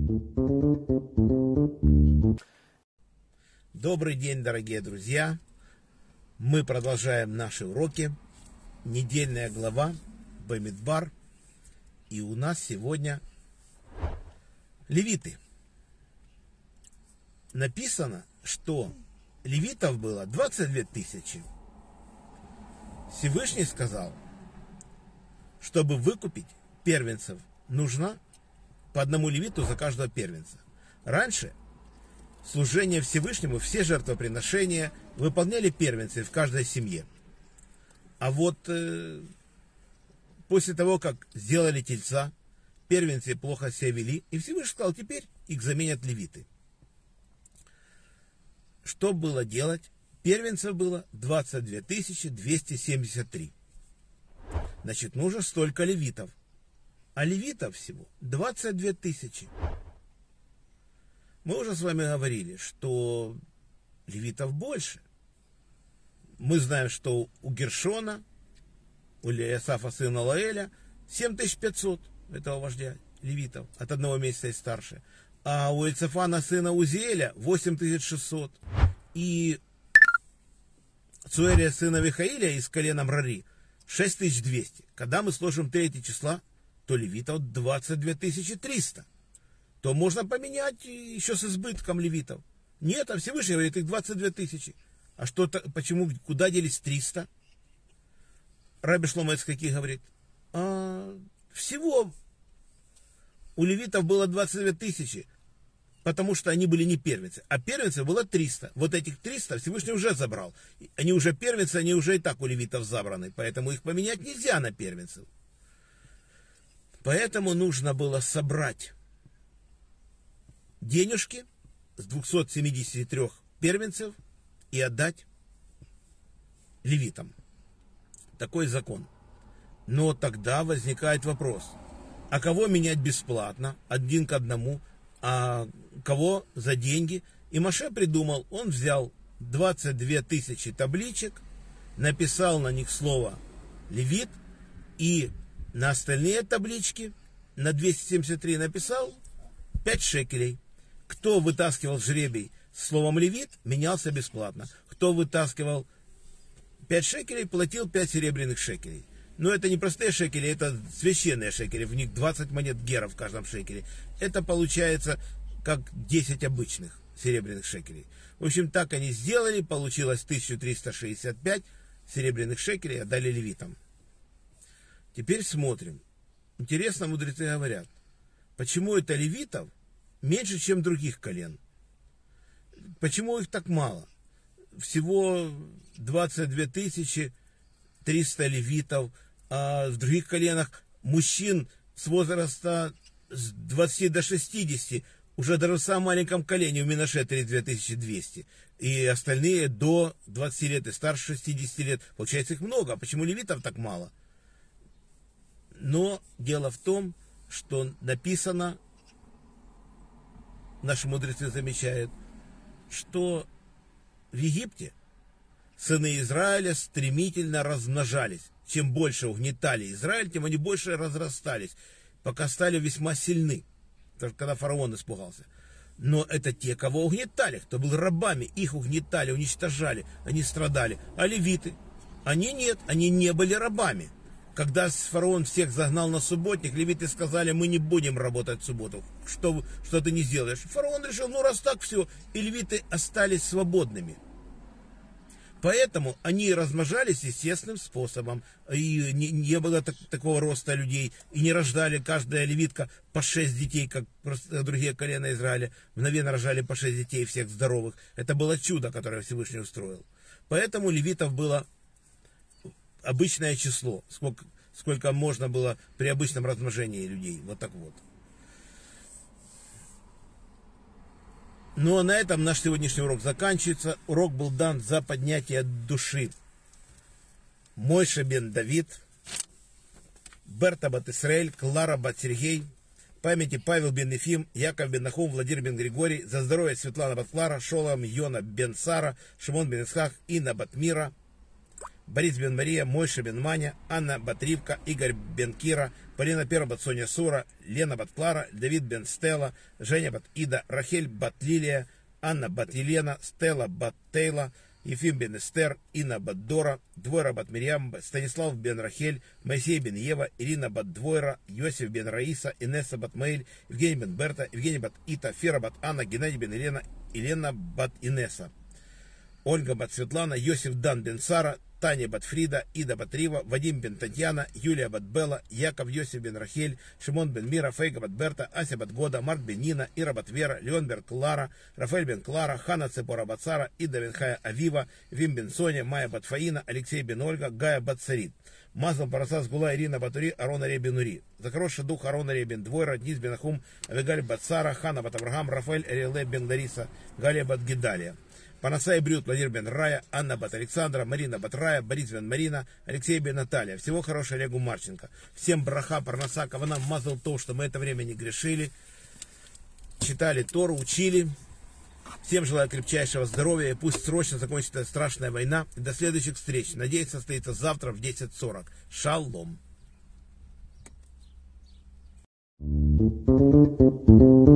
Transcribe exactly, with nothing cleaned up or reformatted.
Добрый день, дорогие друзья! Мы продолжаем наши уроки. Недельная глава Бамидбар. И у нас сегодня левиты. Написано, что левитов было двадцать две тысячи. Всевышний сказал, чтобы выкупить первенцев, нужно по одному левиту за каждого первенца. Раньше служение Всевышнему, все жертвоприношения выполняли первенцы в каждой семье. А вот э, после того, как сделали тельца, первенцы плохо себя вели, и Всевышний сказал, теперь их заменят левиты. Что было делать? Первенцев было двадцать две тысячи двести семьдесят три. Значит, нужно столько левитов. А левитов всего двадцать две тысячи. Мы уже с вами говорили, что левитов больше. Мы знаем, что у Гершона, у Элиасафа сына Лаэля, семь тысяч пятьсот этого вождя левитов, от одного месяца и старше. А у Эльцафана сына Узиэля восемь тысяч шестьсот. И Цуэрия сына Вихаиля из колена Мрари шесть тысяч двести. Когда мы сложим третье числа, то левитов двадцать две тысячи триста. То можно поменять еще с избытком левитов. Нет, а Всевышний говорит, их двадцать две тысячи. А что, почему, куда делись триста? Раби Шломо Ицхаки говорит, а, всего у левитов было двадцать две тысячи, потому что они были не первенцы. А первенцев было триста. Вот этих триста Всевышний уже забрал. Они уже первенцы, они уже и так у левитов забраны. Поэтому их поменять нельзя на первенцев. Поэтому нужно было собрать денежки с двухсот семидесяти трёх первенцев и отдать левитам. Такой закон. Но тогда возникает вопрос, а кого менять бесплатно, один к одному, а кого за деньги? И Моше придумал, он взял двадцать две тысячи табличек, написал на них слово левит, и на остальные таблички, на двести семьдесят три написал пять шекелей. Кто вытаскивал жребий с словом левит, менялся бесплатно. Кто вытаскивал пять шекелей, платил пять серебряных шекелей. Но это не простые шекели, это священные шекели. В них двадцать монет гера в каждом шекеле. Это получается как десять обычных серебряных шекелей. В общем, так они сделали. Получилось тысяча триста шестьдесят пять серебряных шекелей, отдали левитам. Теперь смотрим. Интересно, мудрецы говорят, почему это левитов меньше, чем других колен? Почему их так мало? Всего двадцать две тысячи триста левитов, а в других коленах мужчин с возраста с двадцати до шестидесяти, уже даже в самом маленьком колене у Менаше тридцать две тысячи двести, и остальные до двадцати лет и старше шестидесяти лет. Получается, их много. А почему левитов так мало? Но дело в том, что написано, наши мудрецы замечают, что в Египте сыны Израиля стремительно размножались. Чем больше угнетали Израиль, тем они больше разрастались, пока стали весьма сильны. Только когда фараон испугался. Но это те, кого угнетали, кто был рабами, их угнетали, уничтожали, они страдали. А левиты? Они нет, они не были рабами. Когда фараон всех загнал на субботник, левиты сказали, мы не будем работать в субботу. Что, что ты не сделаешь? Фараон решил, ну раз так все, и левиты остались свободными. Поэтому они размножались естественным способом. И не, не было так, такого роста людей. И не рождали каждая левитка по шесть детей, как просто другие колена Израиля. Мгновенно рожали по шесть детей, всех здоровых. Это было чудо, которое Всевышний устроил. Поэтому левитов было обычное число. Сколько, сколько можно было при обычном размножении людей. Вот так вот. Ну а на этом наш сегодняшний урок заканчивается. Урок был дан за поднятие души Мойше бен Давид, Берта бат Исраэль, Клара бат Сергей, памяти Павел бен Ефим, Яков бен Нахум, Владимир бен Григорий, за здоровье Светлана бат Клара, Шолом Йона бен Сара, Шимон бен Исхак, Инна бат Мира, Борис бен Мария, Мойше бен Маня, Анна бат Ривка, Игорь бен Кира, Полина Пера бат Соня Сура, Лена бат Клара, Давид бен Стелла, Женя бат Ида, Рахель бат Лилия, Анна бат Елена, Стелла бат Тейла, Ефим бен Эстер, Инна бат Дора, Двойра бат Мирьям, Станислав бен Рахель, Моисей бен Ева, Ирина бат Двойра, Йосиф бен Раиса, Инесса бат Маэль, Евгений бен Берта, Евгений бат Ита, Фера бат Анна, Геннадий бен Елена, Елена бат Инесса, Ольга бат Светлана, Йосиф Дан бен Сара, Таня бат Фрида, Ида бат Рива, Вадим бен Татьяна, Юлия бат Белла, Яков Йосиф бен Рахель, Шимон бен Мира, Фейга бат Берта, Ася бат Года, Марк бен Нина, Ира бат Вера, Леон бен Клара, Рафаэль бен Клара, Хана Цепора бат Сара, Ида бен Хая Авива, Вим бен Соня, Майя бат Фаина, Алексей бен Ольга, Гая бат Сарит. Мазал Парасас Гула, Ирина Батури, Арона Ребен Ури. За хороший дух Арона Ребен Двойра, Дниз бен Ахум, Авигаль бат Сара, Хана бат Авраам, Рафаэль Эриэле бен Лариса, Галия бат Гедалия. Панасай Брют, Владимир бен Рая, Анна бат Александра, Марина бат Рая, Борис бен Марина, Алексей бен Наталья. Всего хорошего Олегу Марченко. Всем браха, парнаса, кавана, мазал то, что мы это время не грешили. Читали Тору, учили. Всем желаю крепчайшего здоровья, и пусть срочно закончится эта страшная война. И до следующих встреч. Надеюсь, состоится завтра в десять сорок. Шалом.